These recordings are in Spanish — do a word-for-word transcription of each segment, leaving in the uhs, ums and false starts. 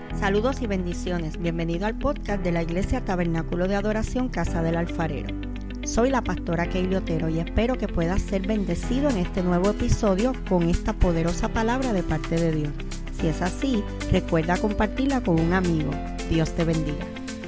Saludos y bendiciones. Bienvenido al podcast de la Iglesia Tabernáculo de Adoración Casa del Alfarero. Soy la pastora Keili Otero y espero que puedas ser bendecido en este nuevo episodio con esta poderosa palabra de parte de Dios. Si es así, recuerda compartirla con un amigo. Dios te bendiga.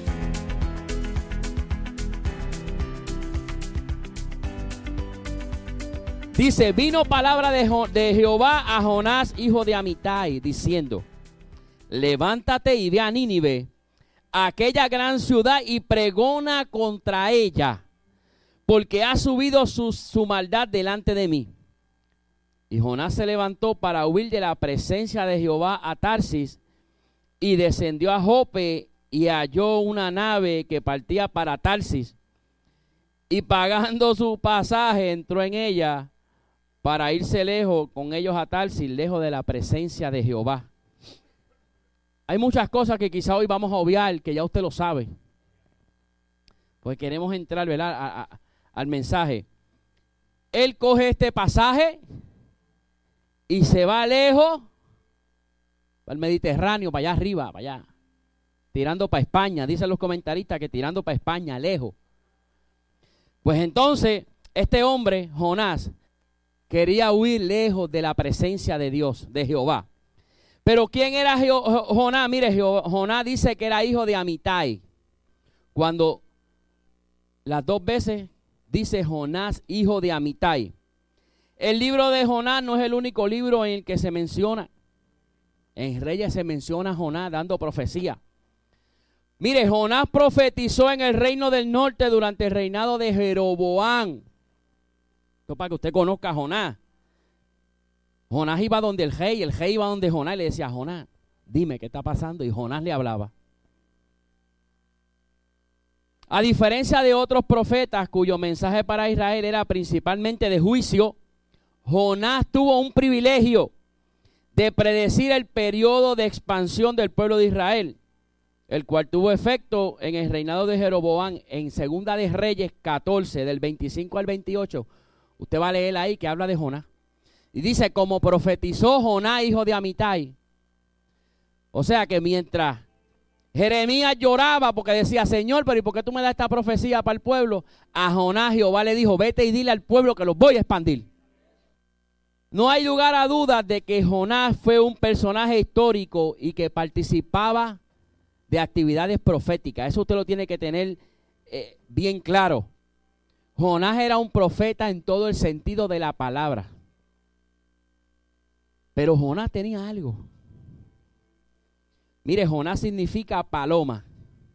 Dice, vino palabra de, Jo- de Jehová a Jonás, hijo de Amitai, diciendo, levántate y ve a Nínive, aquella gran ciudad, y pregona contra ella, porque ha subido su, su maldad delante de mí. Y Jonás se levantó para huir de la presencia de Jehová a Tarsis, y descendió a Jope, y halló una nave que partía para Tarsis, y pagando su pasaje entró en ella, para irse lejos con ellos a Tarsis, lejos de la presencia de Jehová. Hay muchas cosas que quizá hoy vamos a obviar, que ya usted lo sabe. Pues queremos entrar, ¿verdad?, a, a, al mensaje. Él coge este pasaje y se va lejos, al Mediterráneo, para allá arriba, para allá. Tirando para España, dicen los comentaristas que tirando para España, lejos. Pues entonces, este hombre, Jonás, quería huir lejos de la presencia de Dios, de Jehová. Pero ¿quién era Jonás? Mire, Jonás dice que era hijo de Amitai. Cuando las dos veces dice Jonás, hijo de Amitai. El libro de Jonás no es el único libro en el que se menciona. En Reyes se menciona Jonás dando profecía. Mire, Jonás profetizó en el reino del norte durante el reinado de Jeroboam. Esto para que usted conozca a Jonás. Jonás iba donde el rey, el rey iba donde Jonás y le decía, Jonás, dime qué está pasando. Y Jonás le hablaba. A diferencia de otros profetas cuyo mensaje para Israel era principalmente de juicio, Jonás tuvo un privilegio de predecir el periodo de expansión del pueblo de Israel, el cual tuvo efecto en el reinado de Jeroboam en Segunda de Reyes catorce, del veinticinco al veintiocho. Usted va a leer ahí que habla de Jonás. Y dice, como profetizó Jonás, hijo de Amitai. O sea que mientras Jeremías lloraba porque decía, Señor, pero ¿y por qué tú me das esta profecía para el pueblo? A Jonás Jehová le dijo, vete y dile al pueblo que los voy a expandir. No hay lugar a dudas de que Jonás fue un personaje histórico y que participaba de actividades proféticas. Eso usted lo tiene que tener eh, bien claro. Jonás era un profeta en todo el sentido de la palabra. Pero Jonás tenía algo. Mire, Jonás significa paloma.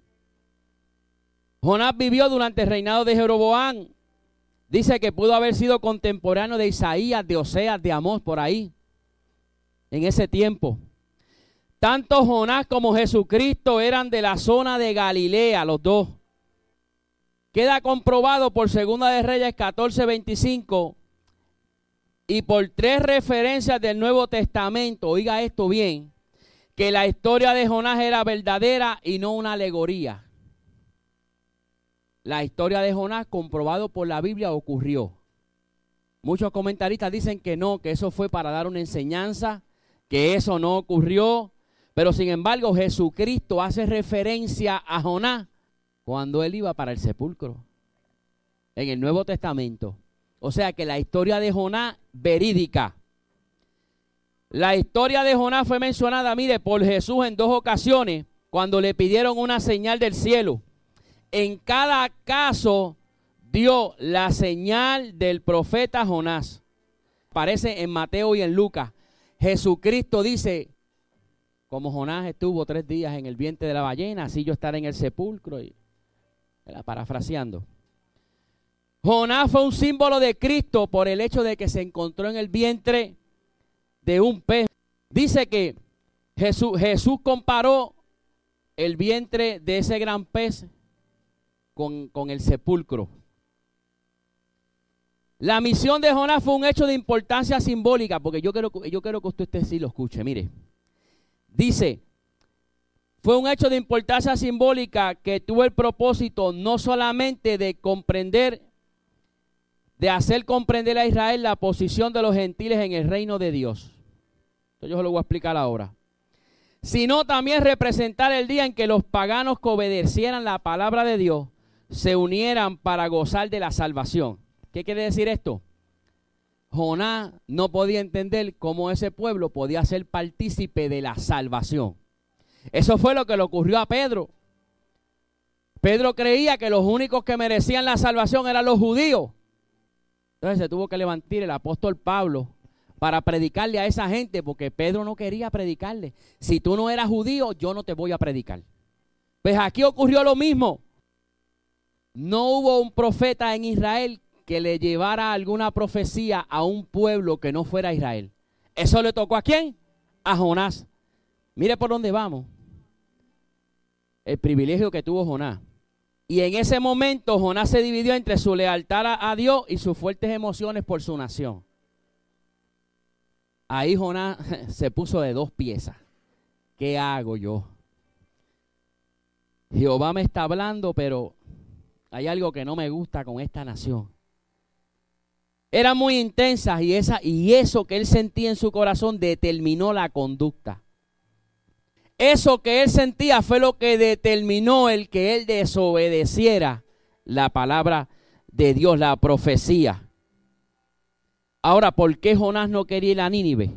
Jonás vivió durante el reinado de Jeroboam. Dice que pudo haber sido contemporáneo de Isaías, de Oseas, de Amós, por ahí, en ese tiempo. Tanto Jonás como Jesucristo eran de la zona de Galilea, los dos. Queda comprobado por Segunda de Reyes catorce, veinticinco y por tres referencias del Nuevo Testamento, oiga esto bien, que la historia de Jonás era verdadera y no una alegoría. La historia de Jonás, comprobado por la Biblia, ocurrió. Muchos comentaristas dicen que no, que eso fue para dar una enseñanza, que eso no ocurrió. Pero sin embargo, Jesucristo hace referencia a Jonás cuando él iba para el sepulcro, en el Nuevo Testamento. O sea que la historia de Jonás, verídica. La historia de Jonás fue mencionada, mire, por Jesús en dos ocasiones, cuando le pidieron una señal del cielo. En cada caso dio la señal del profeta Jonás. Aparece en Mateo y en Lucas. Jesucristo dice, como Jonás estuvo tres días en el vientre de la ballena, así yo estaré en el sepulcro. Y, parafraseando. Jonás fue un símbolo de Cristo por el hecho de que se encontró en el vientre de un pez. Dice que Jesús, Jesús comparó el vientre de ese gran pez con, con el sepulcro. La misión de Jonás fue un hecho de importancia simbólica, porque yo quiero, yo quiero que usted, usted sí lo escuche, mire. Dice, fue un hecho de importancia simbólica que tuvo el propósito no solamente de comprender, de hacer comprender a Israel la posición de los gentiles en el reino de Dios. Entonces yo se lo voy a explicar ahora. sino también representar el día en que los paganos que obedecieran la palabra de Dios se unieran para gozar de la salvación. ¿Qué quiere decir esto? Jonás no podía entender cómo ese pueblo podía ser partícipe de la salvación. Eso fue lo que le ocurrió a Pedro. Pedro creía que los únicos que merecían la salvación eran los judíos. Entonces se tuvo que levantar el apóstol Pablo para predicarle a esa gente, porque Pedro no quería predicarle. Si tú no eras judío, yo no te voy a predicar. Pues aquí ocurrió lo mismo. No hubo un profeta en Israel que le llevara alguna profecía a un pueblo que no fuera Israel. ¿Eso le tocó a quién? A Jonás. Mire por dónde vamos. El privilegio que tuvo Jonás. Y en ese momento Jonás se dividió entre su lealtad a, a Dios y sus fuertes emociones por su nación. Ahí Jonás se puso de dos piezas. ¿Qué hago yo? Jehová me está hablando, pero hay algo que no me gusta con esta nación. Eran muy intensas y, esa, y eso que él sentía en su corazón determinó la conducta. Eso que él sentía fue lo que determinó el que él desobedeciera la palabra de Dios, la profecía. Ahora, ¿por qué Jonás no quería ir a Nínive?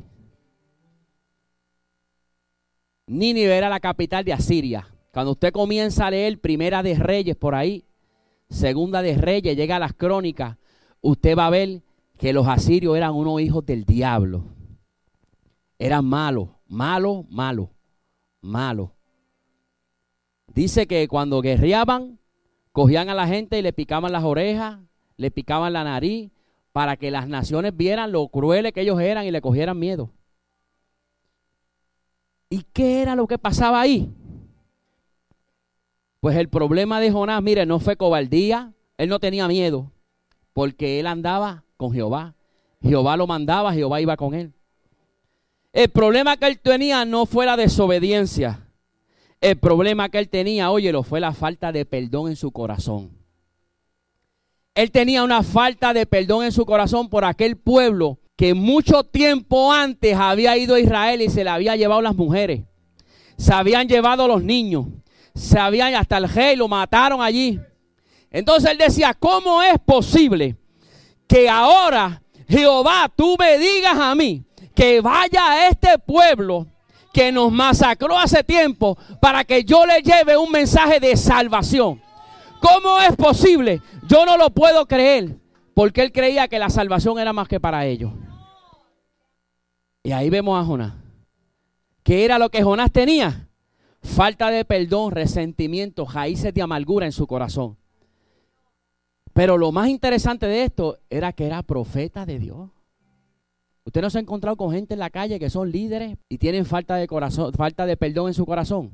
Nínive era la capital de Asiria. Cuando usted comienza a leer Primera de Reyes por ahí, Segunda de Reyes, llega a las crónicas, usted va a ver que los asirios eran unos hijos del diablo. Eran malos, malos, malos. Malo. Dice que cuando guerreaban, cogían a la gente y le picaban las orejas, le picaban la nariz, para que las naciones vieran lo crueles que ellos eran y le cogieran miedo. ¿Y qué era lo que pasaba ahí? Pues el problema de Jonás, mire, no fue cobardía, él no tenía miedo, porque él andaba con Jehová. Jehová lo mandaba, Jehová iba con él. El problema que él tenía no fue la desobediencia. El problema que él tenía, óyelo, fue la falta de perdón en su corazón. Él tenía una falta de perdón en su corazón por aquel pueblo que mucho tiempo antes había ido a Israel y se le había llevado las mujeres. Se habían llevado los niños. Se habían, hasta el rey lo mataron allí. Entonces él decía, ¿cómo es posible que ahora, Jehová, tú me digas a mí que vaya a este pueblo que nos masacró hace tiempo para que yo le lleve un mensaje de salvación? ¿Cómo es posible? Yo no lo puedo creer, porque él creía que la salvación era más que para ellos. Y ahí vemos a Jonás. ¿Qué era lo que Jonás tenía? Falta de perdón, resentimiento, raíces de amargura en su corazón. Pero lo más interesante de esto era que era profeta de Dios. ¿Usted no se ha encontrado con gente en la calle que son líderes y tienen falta de corazón, falta de perdón en su corazón?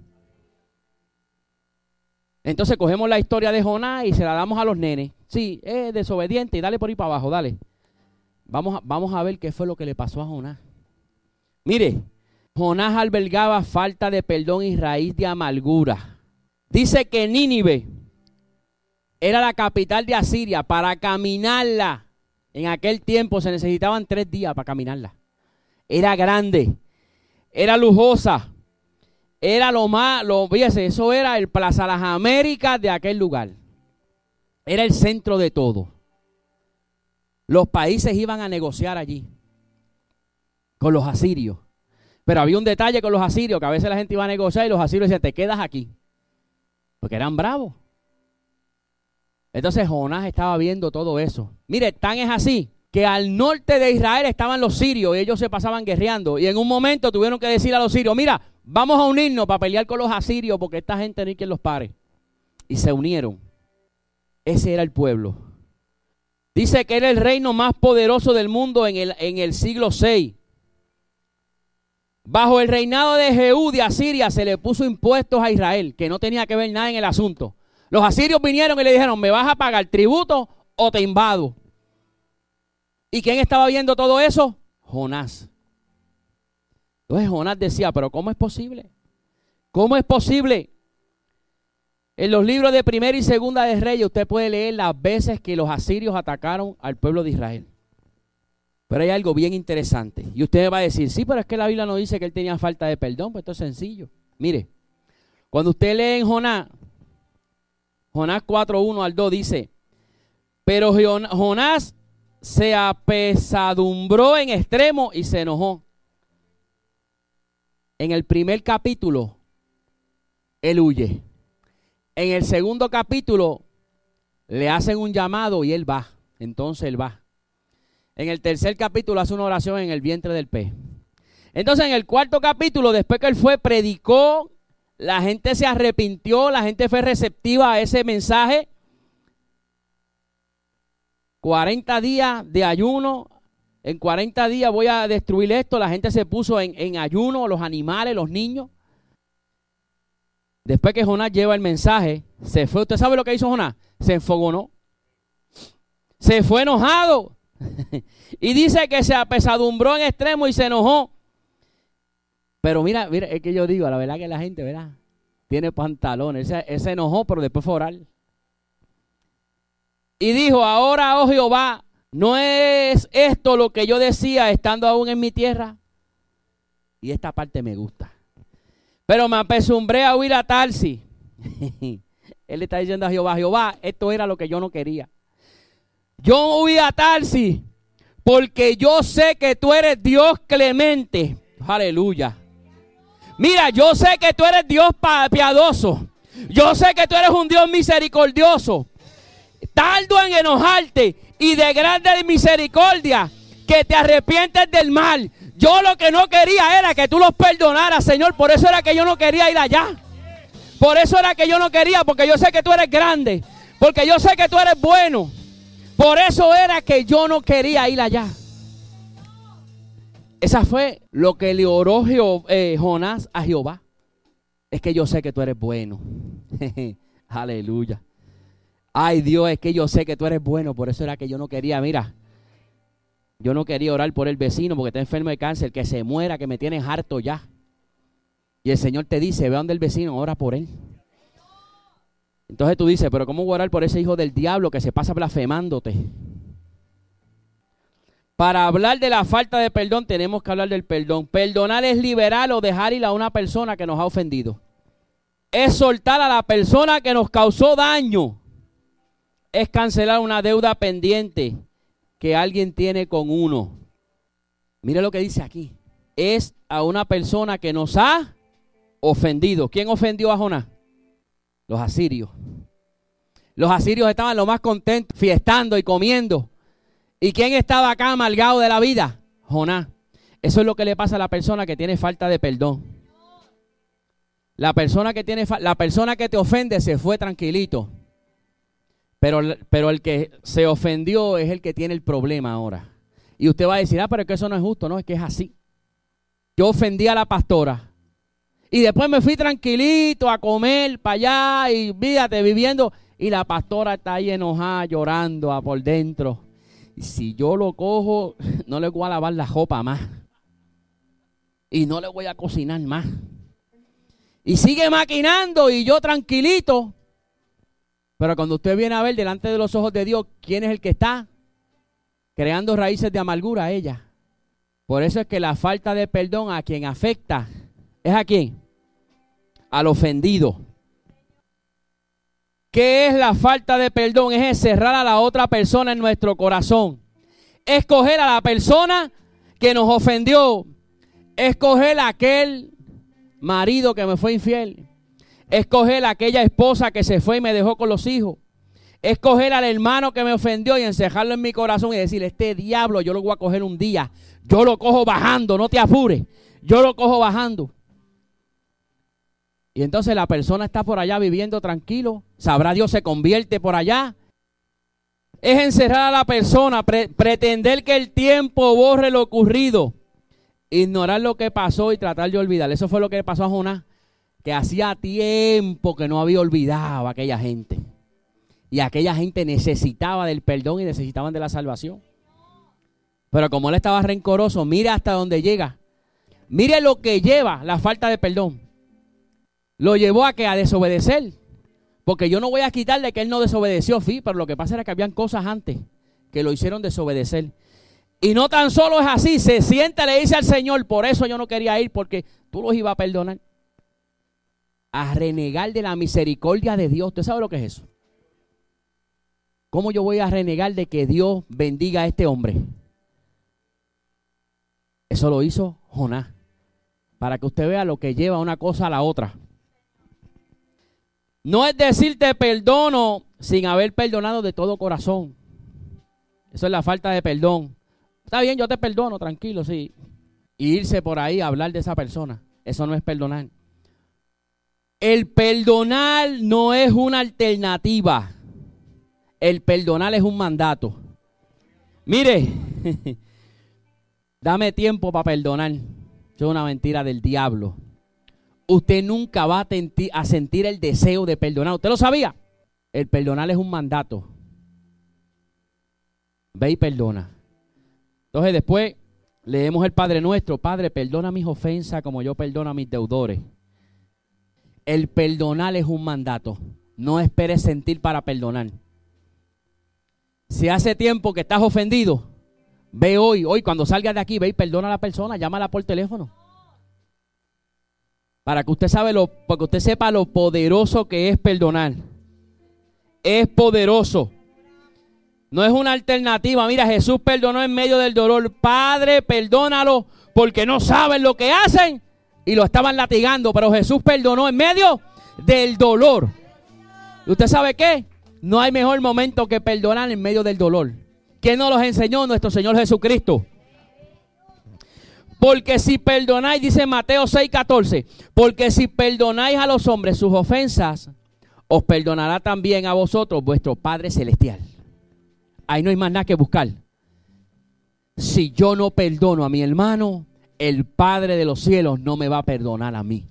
Entonces cogemos la historia de Jonás y se la damos a los nenes. Sí, es desobediente y dale por ahí para abajo, dale. Vamos a, vamos a ver qué fue lo que le pasó a Jonás. Mire, Jonás albergaba falta de perdón y raíz de amargura. Dice que Nínive era la capital de Asiria. Para caminarla en aquel tiempo se necesitaban tres días para caminarla. Era grande, era lujosa, era lo más, lo fíjese, eso era el Plaza Las Américas de aquel lugar. Era el centro de todo. Los países iban a negociar allí con los asirios. Pero había un detalle con los asirios, que a veces la gente iba a negociar y los asirios decían, te quedas aquí. Porque eran bravos. Entonces Jonás estaba viendo todo eso. Mire, tan es así que al norte de Israel estaban los sirios y ellos se pasaban guerreando. Y en un momento tuvieron que decir a los sirios, mira, vamos a unirnos para pelear con los asirios porque esta gente no hay quien los pare. Y se unieron. Ese era el pueblo. Dice que era el reino más poderoso del mundo en el, en el siglo seis. Bajo el reinado de Jehú de Asiria se le puso impuestos a Israel, que no tenía que ver nada en el asunto. Los asirios vinieron y le dijeron, ¿me vas a pagar tributo o te invado? ¿Y quién estaba viendo todo eso? Jonás. Entonces Jonás decía, pero ¿cómo es posible? ¿Cómo es posible? En los libros de Primera y Segunda de Reyes usted puede leer las veces que los asirios atacaron al pueblo de Israel. Pero hay algo bien interesante. Y usted me va a decir, sí, pero es que la Biblia no dice que él tenía falta de perdón. Pues esto es sencillo. Mire, cuando usted lee en Jonás, Jonás cuatro, uno al dos dice, pero Jonás se apesadumbró en extremo y se enojó. En el primer capítulo, él huye. En el segundo capítulo, le hacen un llamado y él va. Entonces él va. En el tercer capítulo hace una oración en el vientre del pez. Entonces en el cuarto capítulo, después que él fue, predicó, la gente se arrepintió, la gente fue receptiva a ese mensaje. cuarenta días de ayuno. En cuarenta días voy a destruir esto. La gente se puso en, en ayuno, los animales, los niños. Después que Jonás lleva el mensaje, se fue. ¿Usted sabe lo que hizo Jonás? Se enfogonó. Se fue enojado. Y dice que se apesadumbró en extremo y se enojó. Pero mira, mira, es que yo digo, la verdad que la gente, ¿verdad? Tiene pantalones. Él se, él se enojó, pero después fue a orar. Y dijo, ahora, oh Jehová, ¿no es esto lo que yo decía estando aún en mi tierra? Y esta parte me gusta. Pero me apesumbré a huir a Tarsis. Él le está diciendo a Jehová, Jehová, esto era lo que yo no quería. Yo huí a Tarsis porque yo sé que tú eres Dios clemente. Aleluya. Mira, yo sé que tú eres Dios piadoso. Yo sé que tú eres un Dios misericordioso. Tardo en enojarte y de grande misericordia, que te arrepientes del mal. Yo lo que no quería era que tú los perdonaras, Señor. Por eso era que yo no quería ir allá. Por eso era que yo no quería, porque yo sé que tú eres grande. Porque yo sé que tú eres bueno. Por eso era que yo no quería ir allá. Esa fue lo que le oró Jehová, eh, Jonás a Jehová. Es que yo sé que tú eres bueno. Aleluya. Ay, Dios, es que yo sé que tú eres bueno. Por eso era que yo no quería, mira. Yo no quería orar por el vecino porque está enfermo de cáncer. Que se muera, que me tienes harto ya. Y el Señor te dice, ve donde el vecino, ora por él. Entonces tú dices, pero ¿cómo voy a orar por ese hijo del diablo que se pasa blasfemándote? Para hablar de la falta de perdón tenemos que hablar del perdón. Perdonar es liberar o dejar ir a una persona que nos ha ofendido. Es soltar a la persona que nos causó daño. Es cancelar una deuda pendiente que alguien tiene con uno. Mire lo que dice aquí. Es a una persona que nos ha ofendido. ¿Quién ofendió a Jonás? Los asirios. Los asirios estaban lo más contentos, fiestando y comiendo. ¿Y quién estaba acá amargado de la vida? Jonás. Eso es lo que le pasa a la persona que tiene falta de perdón. La persona que tiene, la persona que te ofende se fue tranquilito. Pero, pero el que se ofendió es el que tiene el problema ahora. Y usted va a decir, ah, pero es que eso no es justo. No, es que es así. Yo ofendí a la pastora. Y después me fui tranquilito a comer para allá y fíjate, viviendo. Y la pastora está ahí enojada, llorando a por dentro. Y si yo lo cojo, no le voy a lavar la ropa más. Y no le voy a cocinar más. Y sigue maquinando y yo tranquilito. Pero cuando usted viene a ver delante de los ojos de Dios, ¿quién es el que está creando raíces de amargura? A ella. Por eso es que la falta de perdón a quien afecta, ¿es a quién? Al ofendido. ¿Qué es la falta de perdón? Es encerrar a la otra persona en nuestro corazón. Escoger a la persona que nos ofendió. Escoger a aquel marido que me fue infiel. Escoger a aquella esposa que se fue y me dejó con los hijos. Escoger al hermano que me ofendió y encerrarlo en mi corazón y decirle, este diablo yo lo voy a coger un día. Yo lo cojo bajando, no te apures. Yo lo cojo bajando. Y entonces la persona está por allá viviendo tranquilo. Sabrá Dios, se convierte por allá. Es encerrar a la persona, pre- pretender que el tiempo borre lo ocurrido. Ignorar lo que pasó y tratar de olvidar. Eso fue lo que pasó a Jonás. Que hacía tiempo que no había olvidado a aquella gente. Y aquella gente necesitaba del perdón y necesitaban de la salvación. Pero como él estaba rencoroso, mire hasta dónde llega. Mire lo que lleva la falta de perdón. Lo llevó a que a desobedecer. Porque yo no voy a quitarle que él no desobedeció, sí, pero lo que pasa era que habían cosas antes que lo hicieron desobedecer. Y no tan solo es así, se siente, le dice al Señor, por eso yo no quería ir, porque tú los ibas a perdonar. A renegar de la misericordia de Dios. ¿Usted sabe lo que es eso? ¿Cómo yo voy a renegar de que Dios bendiga a este hombre? Eso lo hizo Jonás. Para que usted vea lo que lleva una cosa a la otra. No es decir te perdono sin haber perdonado de todo corazón. Eso es la falta de perdón. Está bien, yo te perdono, tranquilo, sí. Y irse por ahí a hablar de esa persona. Eso no es perdonar. El perdonar no es una alternativa. El perdonar es un mandato. Mire, dame tiempo para perdonar. Eso es una mentira del diablo. Usted nunca va a, tenti- a sentir el deseo de perdonar. ¿Usted lo sabía? El perdonar es un mandato. Ve y perdona. Entonces después leemos el Padre Nuestro. Padre, perdona mis ofensas como yo perdono a mis deudores. El perdonar es un mandato. No esperes sentir para perdonar. Si hace tiempo que estás ofendido, ve hoy, hoy cuando salgas de aquí, ve y perdona a la persona, llámala por teléfono. Para que usted sabe lo, para que usted sepa lo poderoso que es perdonar. Es poderoso. No es una alternativa. Mira, Jesús perdonó en medio del dolor. Padre, perdónalo porque no saben lo que hacen. Y lo estaban latigando, pero Jesús perdonó en medio del dolor. ¿Y usted sabe qué? No hay mejor momento que perdonar en medio del dolor. ¿Quién nos los enseñó? Nuestro Señor Jesucristo. Porque si perdonáis, dice Mateo seis catorce, porque si perdonáis a los hombres sus ofensas, os perdonará también a vosotros vuestro Padre Celestial. Ahí no hay más nada que buscar. Si yo no perdono a mi hermano, el Padre de los cielos no me va a perdonar a mí.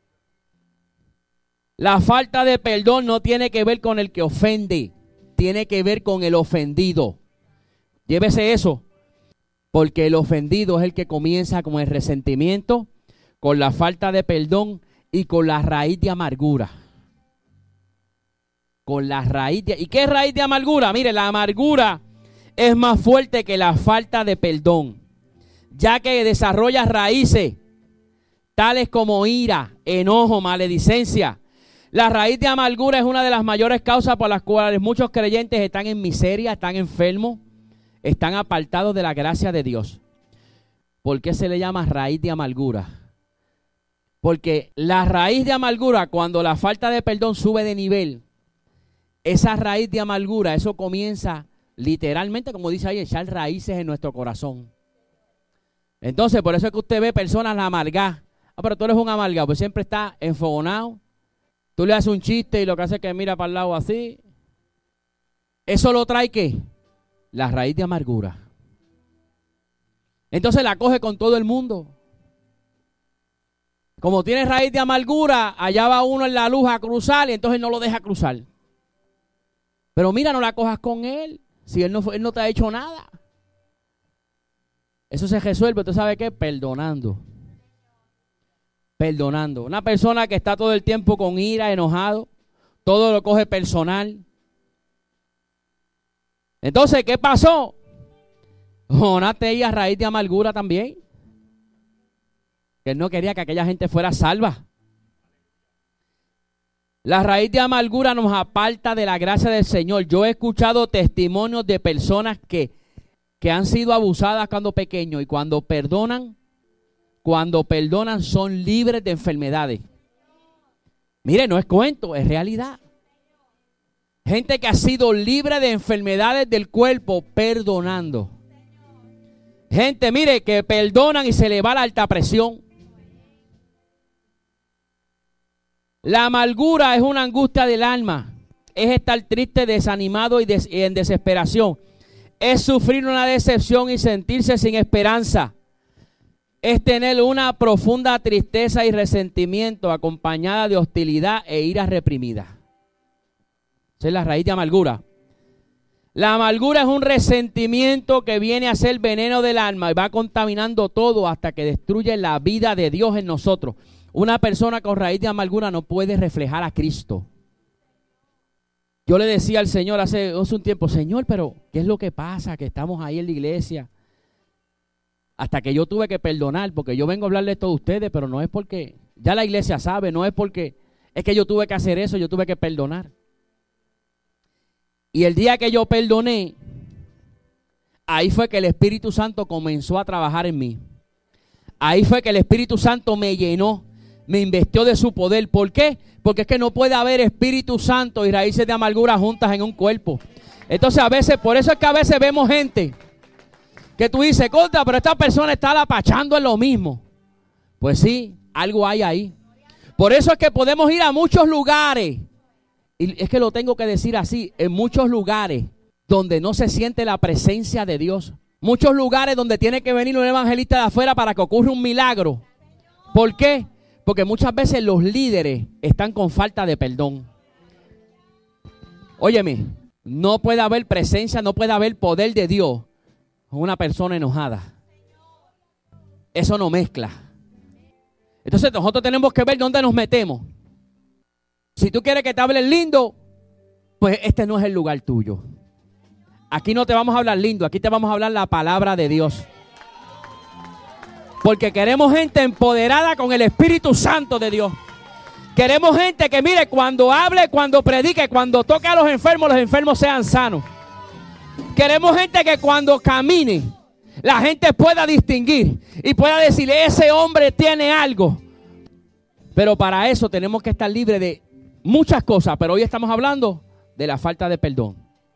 La falta de perdón no tiene que ver con el que ofende, tiene que ver con el ofendido. Llévese eso. Porque el ofendido es el que comienza con el resentimiento, con la falta de perdón y con la raíz de amargura. Con la raíz de... ¿Y qué es raíz de amargura? Mire, la amargura es más fuerte que la falta de perdón, ya que desarrolla raíces tales como ira, enojo, maledicencia. La raíz de amargura es una de las mayores causas por las cuales muchos creyentes están en miseria, están enfermos, están apartados de la gracia de Dios. ¿Por qué se le llama raíz de amargura? Porque la raíz de amargura, cuando la falta de perdón sube de nivel, esa raíz de amargura, eso comienza literalmente, como dice ahí, a echar raíces en nuestro corazón. Entonces, por eso es que usted ve personas amargadas. Ah, pero tú eres un amargado, pues siempre está enfogonado. Tú le haces un chiste y lo que hace es que mira para el lado así. ¿Eso lo trae qué? La raíz de amargura. Entonces la coge con todo el mundo. Como tiene raíz de amargura, allá va uno en la luz a cruzar y entonces no lo deja cruzar. Pero mira, no la cojas con él, si él no, él no te ha hecho nada. Eso se resuelve, ¿tú sabes qué? Perdonando. Perdonando. Una persona que está todo el tiempo con ira, enojado, todo lo coge personal. Entonces, ¿qué pasó? Jonás tenía raíz de amargura también. Que él no quería que aquella gente fuera salva. La raíz de amargura nos aparta de la gracia del Señor. Yo he escuchado testimonios de personas que, que han sido abusadas cuando pequeños y cuando perdonan, cuando perdonan son libres de enfermedades. Mire, no es cuento, es realidad. Gente que ha sido libre de enfermedades del cuerpo perdonando. Gente, mire, que perdonan y se le va la alta presión. La amargura es una angustia del alma. Es estar triste, desanimado y, des- y en desesperación. Es sufrir una decepción y sentirse sin esperanza. Es tener una profunda tristeza y resentimiento acompañada de hostilidad e ira reprimida. Esa es la raíz de amargura. La amargura es un resentimiento que viene a ser veneno del alma y va contaminando todo hasta que destruye la vida de Dios en nosotros. Una persona con raíz de amargura no puede reflejar a Cristo. Yo le decía al Señor hace, hace un tiempo, Señor, pero ¿qué es lo que pasa? Que estamos ahí en la iglesia Hasta que yo tuve que perdonar, porque yo vengo a hablarle esto a ustedes, pero no es porque, ya la iglesia sabe, no es porque, es que yo tuve que hacer eso, yo tuve que perdonar. Y el día que yo perdoné, ahí fue que el Espíritu Santo comenzó a trabajar en mí. Ahí fue que el Espíritu Santo me llenó, me investió de su poder. ¿Por qué? Porque es que no puede haber Espíritu Santo y raíces de amargura juntas en un cuerpo. Entonces a veces, por eso es que a veces vemos gente que tú dices, contra, pero esta persona está lapachando en lo mismo. Pues sí, algo hay ahí. Por eso es que podemos ir a muchos lugares, y es que lo tengo que decir así, en muchos lugares donde no se siente la presencia de Dios. Muchos lugares donde tiene que venir un evangelista de afuera para que ocurra un milagro. ¿Por qué? Porque muchas veces los líderes están con falta de perdón. Óyeme, no puede haber presencia, no puede haber poder de Dios con una persona enojada. Eso no mezcla. Entonces nosotros tenemos que ver dónde nos metemos. Si tú quieres que te hablen lindo, pues este no es el lugar tuyo. Aquí no te vamos a hablar lindo, aquí te vamos a hablar la palabra de Dios. Porque queremos gente empoderada con el Espíritu Santo de Dios. Queremos gente que mire, cuando hable, cuando predique, cuando toque a los enfermos, los enfermos sean sanos. Queremos gente que cuando camine, la gente pueda distinguir y pueda decirle, ese hombre tiene algo. Pero para eso tenemos que estar libres de muchas cosas, pero hoy estamos hablando de la falta de perdón.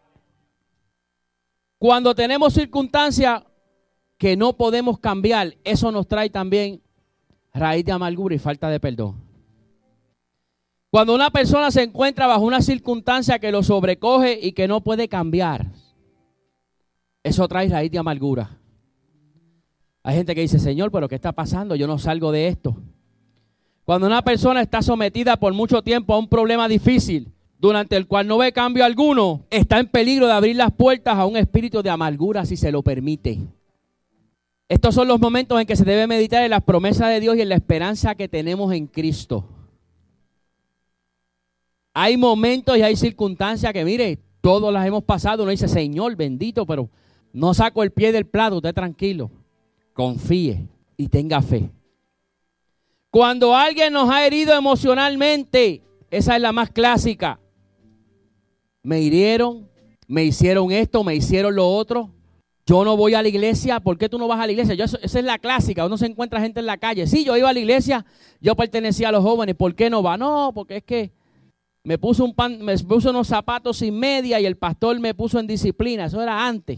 Cuando tenemos circunstancias que no podemos cambiar, eso nos trae también raíz de amargura y falta de perdón. Cuando una persona se encuentra bajo una circunstancia que lo sobrecoge y que no puede cambiar, eso trae raíz de amargura. Hay gente que dice, Señor, pero ¿qué está pasando? Yo no salgo de esto. Cuando una persona está sometida por mucho tiempo a un problema difícil, durante el cual no ve cambio alguno, está en peligro de abrir las puertas a un espíritu de amargura si se lo permite. Estos son los momentos en que se debe meditar en las promesas de Dios y en la esperanza que tenemos en Cristo. Hay momentos y hay circunstancias que, mire, todos las hemos pasado. Uno dice, Señor, bendito, pero no saco el pie del plato, usted tranquilo. Confíe y tenga fe. Cuando alguien nos ha herido emocionalmente, esa es la más clásica. Me hirieron, me hicieron esto, me hicieron lo otro. Yo no voy a la iglesia. ¿Por qué tú no vas a la iglesia? Yo, esa es la clásica. Uno se encuentra gente en la calle. Sí, yo iba a la iglesia, yo pertenecía a los jóvenes. ¿Por qué no va? No, porque es que me puso, un pan, me puso unos zapatos sin media y el pastor me puso en disciplina. Eso era antes.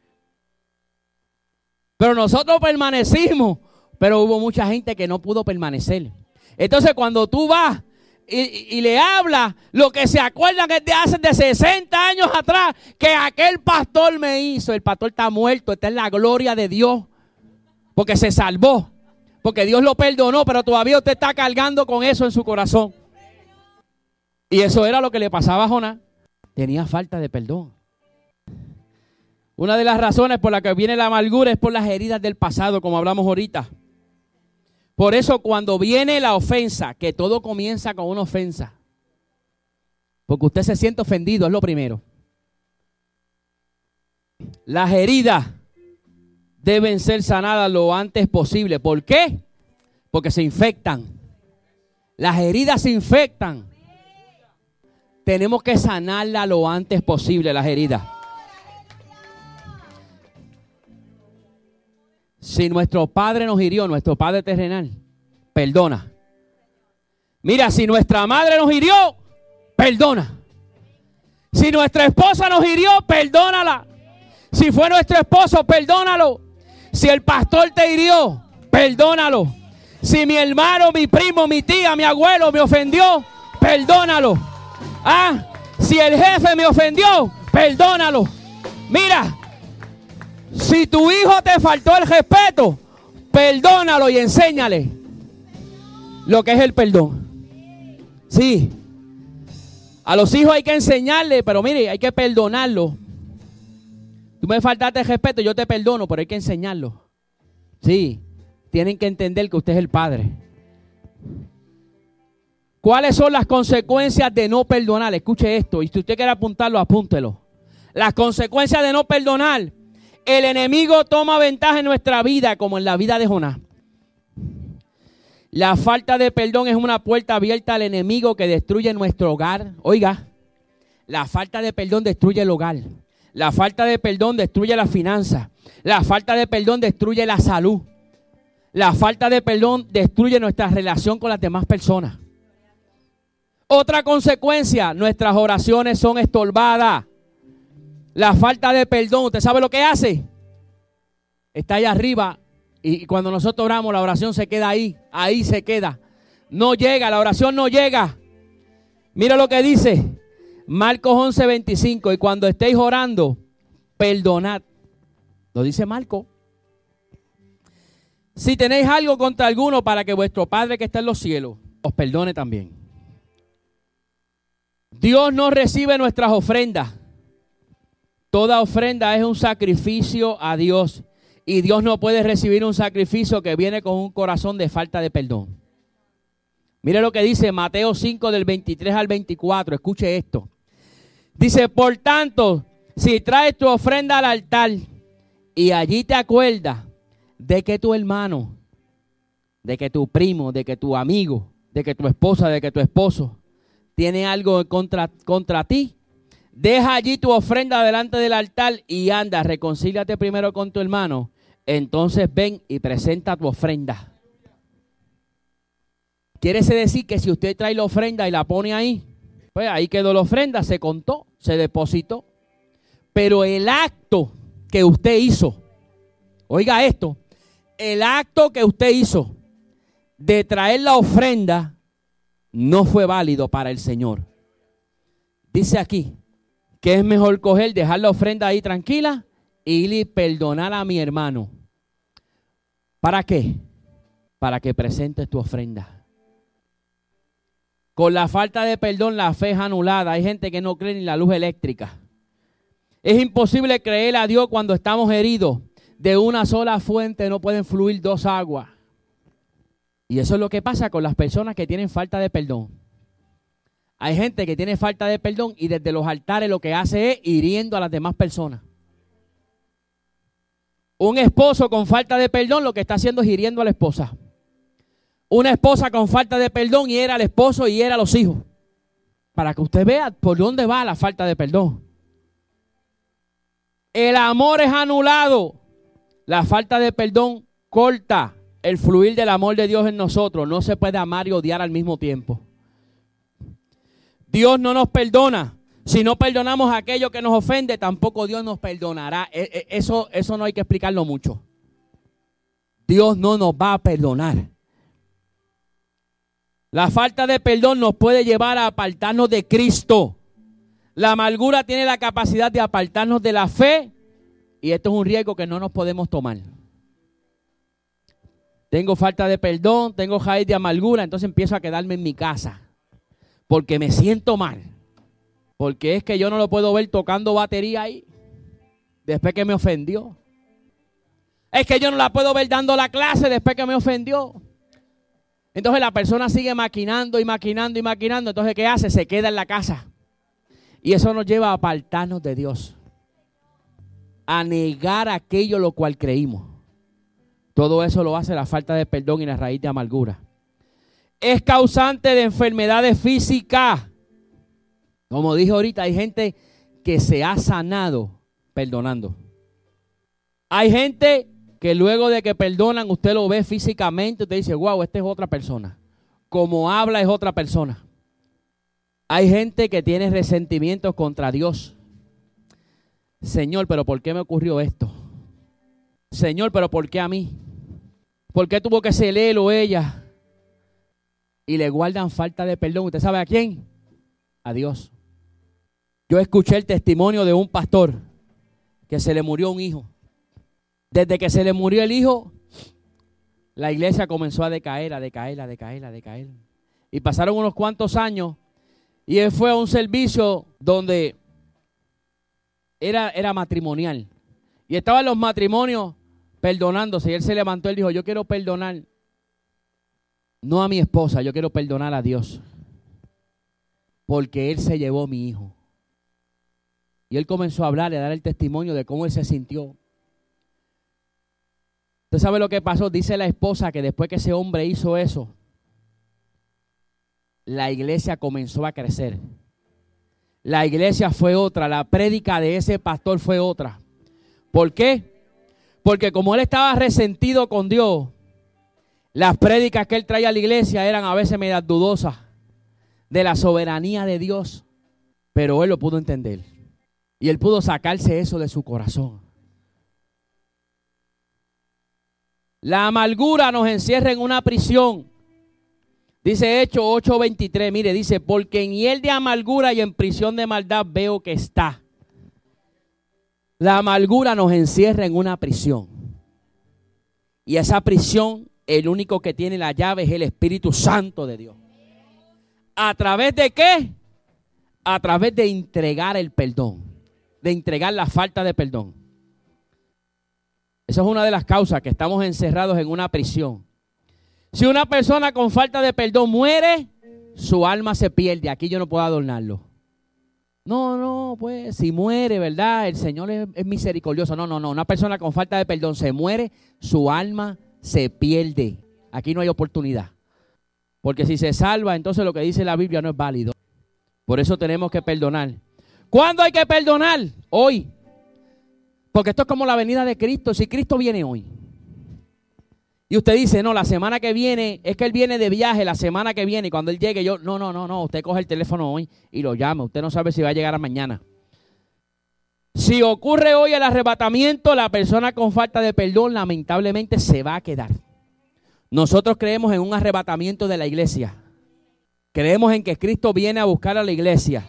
Pero nosotros permanecimos. Pero hubo mucha gente que no pudo permanecer. Entonces cuando tú vas y, y le hablas, lo que se acuerdan es de hace de sesenta años atrás, que aquel pastor me hizo. El pastor está muerto, está en la gloria de Dios. Porque se salvó. Porque Dios lo perdonó, pero todavía usted está cargando con eso en su corazón. Y eso era lo que le pasaba a Jonás. Tenía falta de perdón. Una de las razones por las que viene la amargura es por las heridas del pasado, como hablamos ahorita. Por eso cuando viene la ofensa, que todo comienza con una ofensa, porque usted se siente ofendido, es lo primero. Las heridas deben ser sanadas lo antes posible. ¿Por qué? Porque se infectan. Las heridas se infectan. Tenemos que sanarlas lo antes posible, las heridas. Si nuestro padre nos hirió, nuestro padre terrenal, perdona. Mira, si nuestra madre nos hirió, perdona. Si nuestra esposa nos hirió, perdónala. Si fue nuestro esposo, perdónalo. Si el pastor te hirió, perdónalo. Si mi hermano, mi primo, mi tía, mi abuelo me ofendió, perdónalo. Ah, si el jefe me ofendió, perdónalo. Mira, si tu hijo te faltó el respeto, perdónalo y enséñale lo que es el perdón. Sí, a los hijos hay que enseñarle, pero mire, hay que perdonarlo. Tú me faltaste el respeto, yo te perdono, pero hay que enseñarlo. Sí, tienen que entender que usted es el padre. ¿Cuáles son las consecuencias de no perdonar? Escuche esto, y si usted quiere apuntarlo, apúntelo. Las consecuencias de no perdonar El enemigo toma ventaja en nuestra vida, como en la vida de Jonás. La falta de perdón es una puerta abierta al enemigo que destruye nuestro hogar. Oiga, la falta de perdón destruye el hogar. La falta de perdón destruye la finanza. La falta de perdón destruye la salud. La falta de perdón destruye nuestra relación con las demás personas. Otra consecuencia, nuestras oraciones son estorbadas. La falta de perdón, ¿usted sabe lo que hace? Está allá arriba y cuando nosotros oramos la oración se queda ahí, ahí se queda. No llega, la oración no llega. Mira lo que dice Marcos once veinticinco, y cuando estéis orando, perdonad. Lo dice Marcos. Si tenéis algo contra alguno, para que vuestro Padre que está en los cielos os perdone también. Dios no recibe nuestras ofrendas. Toda ofrenda es un sacrificio a Dios. Y Dios no puede recibir un sacrificio que viene con un corazón de falta de perdón. Mire lo que dice Mateo cinco del veintitrés al veinticuatro. Escuche esto. Dice, por tanto, si traes tu ofrenda al altar y allí te acuerdas de que tu hermano, de que tu primo, de que tu amigo, de que tu esposa, de que tu esposo tiene algo contra, contra ti, deja allí tu ofrenda delante del altar y anda, reconcíliate primero con tu hermano. Entonces ven y presenta tu ofrenda. Quiere decir que si usted trae la ofrenda y la pone ahí, pues ahí quedó la ofrenda, se contó, se depositó. Pero el acto que usted hizo, oiga esto, el acto que usted hizo de traer la ofrenda no fue válido para el Señor. Dice aquí que es mejor coger, dejar la ofrenda ahí tranquila e ir y perdonar a mi hermano. ¿Para qué? Para que presentes tu ofrenda. Con la falta de perdón, la fe es anulada. Hay gente que no cree ni la luz eléctrica. Es imposible creer a Dios cuando estamos heridos. De una sola fuente no pueden fluir dos aguas. Y eso es lo que pasa con las personas que tienen falta de perdón. Hay gente que tiene falta de perdón y desde los altares lo que hace es hiriendo a las demás personas. Un esposo con falta de perdón lo que está haciendo es hiriendo a la esposa. Una esposa con falta de perdón hiere al esposo y hiere a los hijos. Para que usted vea por dónde va la falta de perdón. El amor es anulado. La falta de perdón corta el fluir del amor de Dios en nosotros. No se puede amar y odiar al mismo tiempo. Dios no nos perdona. Si no perdonamos a aquello que nos ofende, tampoco Dios nos perdonará. Eso, eso no hay que explicarlo mucho. Dios no nos va a perdonar. La falta de perdón nos puede llevar a apartarnos de Cristo. La amargura tiene la capacidad de apartarnos de la fe y esto es un riesgo que no nos podemos tomar. Tengo falta de perdón, tengo raíz de amargura, entonces empiezo a quedarme en mi casa porque me siento mal. Porque es que yo no lo puedo ver tocando batería ahí después que me ofendió. Es que yo no la puedo ver dando la clase después que me ofendió. Entonces la persona sigue maquinando y maquinando y maquinando. Entonces, ¿qué hace? Se queda en la casa. Y eso nos lleva a apartarnos de Dios. A negar aquello lo cual creímos. Todo eso lo hace la falta de perdón y la raíz de amargura. Es causante de enfermedades físicas. Como dije ahorita, hay gente que se ha sanado perdonando. Hay gente que luego de que perdonan, usted lo ve físicamente, usted dice, wow, esta es otra persona. Como habla es otra persona. Hay gente que tiene resentimientos contra Dios. Señor, pero ¿por qué me ocurrió esto? Señor, pero ¿por qué a mí? ¿Por qué tuvo que ser él o ella? Y le guardan falta de perdón. ¿Usted sabe a quién? A Dios. Yo escuché el testimonio de un pastor que se le murió un hijo. Desde que se le murió el hijo, la iglesia comenzó a decaer, a decaer, a decaer, a decaer. Y pasaron unos cuantos años y él fue a un servicio donde era, era matrimonial. Y estaban los matrimonios perdonándose. Y él se levantó y dijo, yo quiero perdonar, no a mi esposa, yo quiero perdonar a Dios. Porque él se llevó a mi hijo. Y él comenzó a hablar y a dar el testimonio de cómo él se sintió. ¿Usted sabe lo que pasó? Dice la esposa que después que ese hombre hizo eso, la iglesia comenzó a crecer. La iglesia fue otra, la prédica de ese pastor fue otra. ¿Por qué? Porque como él estaba resentido con Dios, las prédicas que él traía a la iglesia eran a veces medias dudosas de la soberanía de Dios. Pero él lo pudo entender. Y él pudo sacarse eso de su corazón. La amargura nos encierra en una prisión. Dice Hechos ocho veintitrés, mire, dice, porque en hiel de amargura y en prisión de maldad veo que está. La amargura nos encierra en una prisión. Y esa prisión, el único que tiene la llave es el Espíritu Santo de Dios. ¿A través de qué? A través de entregar el perdón. De entregar la falta de perdón. Esa es una de las causas que estamos encerrados en una prisión. Si una persona con falta de perdón muere, su alma se pierde. Aquí yo no puedo adornarlo. No, no, pues si muere, ¿verdad? El Señor es, es misericordioso. No, no, no. Una persona con falta de perdón se muere, su alma se pierde. Aquí no hay oportunidad. Porque si se salva, entonces lo que dice la Biblia no es válido. Por eso tenemos que perdonar. ¿Cuándo hay que perdonar? Hoy. Porque esto es como la venida de Cristo. Si Cristo viene hoy y usted dice, no, la semana que viene, es que Él viene de viaje la semana que viene y cuando Él llegue yo, no, no, no, no, usted coge el teléfono hoy y lo llama. Usted no sabe si va a llegar a mañana. Si ocurre hoy el arrebatamiento, la persona con falta de perdón lamentablemente se va a quedar. Nosotros creemos en un arrebatamiento de la iglesia. Creemos en que Cristo viene a buscar a la iglesia.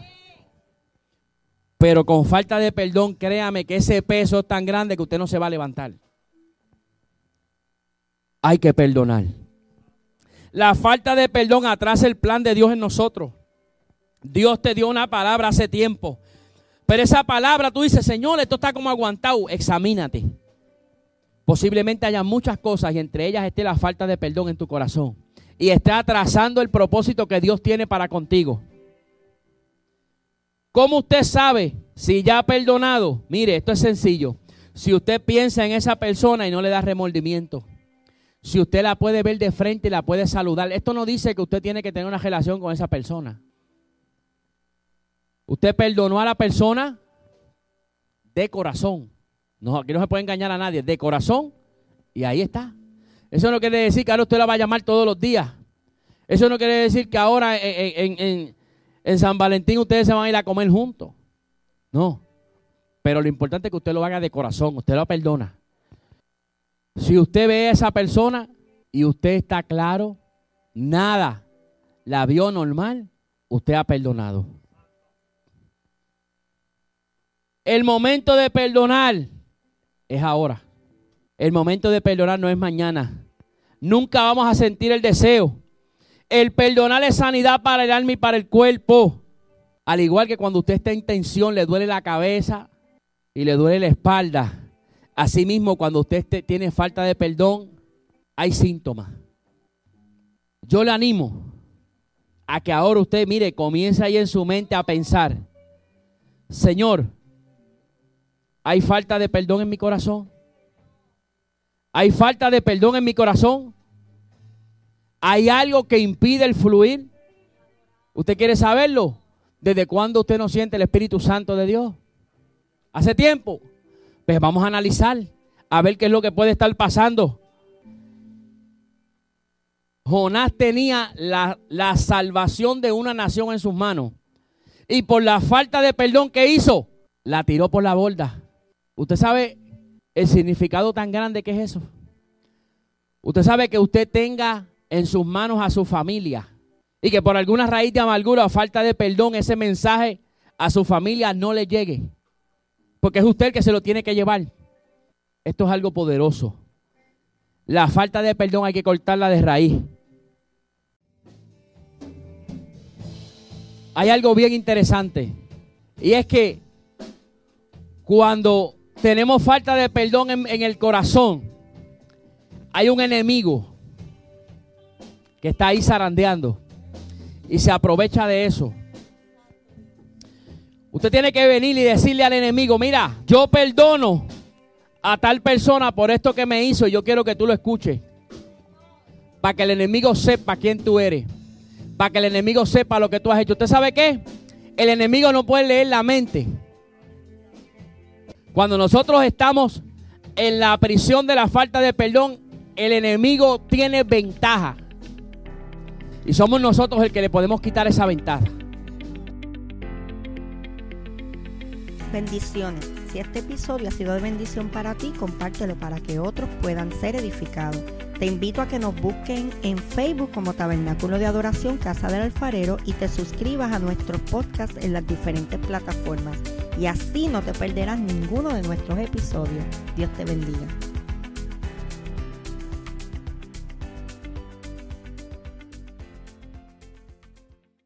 Pero con falta de perdón, créame que ese peso es tan grande que usted no se va a levantar. Hay que perdonar. La falta de perdón atrasa el plan de Dios en nosotros. Dios te dio una palabra hace tiempo. Pero esa palabra tú dices, Señor, esto está como aguantado. Examínate. Posiblemente haya muchas cosas y entre ellas esté la falta de perdón en tu corazón. Y está atrasando el propósito que Dios tiene para contigo. ¿Cómo usted sabe si ya ha perdonado? Mire, esto es sencillo. Si usted piensa en esa persona y no le da remordimiento. Si usted la puede ver de frente y la puede saludar. Esto no dice que usted tiene que tener una relación con esa persona. Usted perdonó a la persona de corazón. No, aquí no se puede engañar a nadie. De corazón. Y ahí está. Eso no quiere decir que ahora usted la va a llamar todos los días. Eso no quiere decir que ahora en, en, en, en San Valentín ustedes se van a ir a comer juntos. No. Pero lo importante es que usted lo haga de corazón. Usted lo perdona. Si usted ve a esa persona y usted está claro, nada, la vio normal, usted ha perdonado. El momento de perdonar es ahora. El momento de perdonar no es mañana. Nunca vamos a sentir el deseo. El perdonar es sanidad para el alma y para el cuerpo. Al igual que cuando usted está en tensión, le duele la cabeza y le duele la espalda. Asimismo, cuando usted tiene falta de perdón, hay síntomas. Yo le animo a que ahora usted, mire, comience ahí en su mente a pensar, Señor, ¿hay falta de perdón en mi corazón? ¿Hay falta de perdón en mi corazón? ¿Hay algo que impide el fluir? ¿Usted quiere saberlo? ¿Desde cuándo usted no siente el Espíritu Santo de Dios? ¿Hace tiempo? Pues vamos a analizar, a ver qué es lo que puede estar pasando. Jonás tenía la, la salvación de una nación en sus manos. Y por la falta de perdón que hizo, la tiró por la borda. ¿Usted sabe el significado tan grande que es eso? Usted sabe que usted tenga en sus manos a su familia. Y que por alguna raíz de amargura o falta de perdón, ese mensaje a su familia no le llegue. Porque es usted el que se lo tiene que llevar. Esto es algo poderoso. La falta de perdón hay que cortarla de raíz. Hay algo bien interesante. Y es que cuando tenemos falta de perdón en, en el corazón, hay un enemigo que está ahí zarandeando. Y se aprovecha de eso. Usted tiene que venir y decirle al enemigo, mira, yo perdono a tal persona por esto que me hizo, yo quiero que tú lo escuches. Para que el enemigo sepa quién tú eres. Para que el enemigo sepa lo que tú has hecho. ¿Usted sabe qué? El enemigo no puede leer la mente. Cuando nosotros estamos en la prisión de la falta de perdón, el enemigo tiene ventaja. Y somos nosotros el que le podemos quitar esa ventaja. Bendiciones. Si este episodio ha sido de bendición para ti, compártelo para que otros puedan ser edificados. Te invito a que nos busquen en Facebook como Tabernáculo de Adoración Casa del Alfarero y te suscribas a nuestros podcasts en las diferentes plataformas. Y así no te perderás ninguno de nuestros episodios. Dios te bendiga.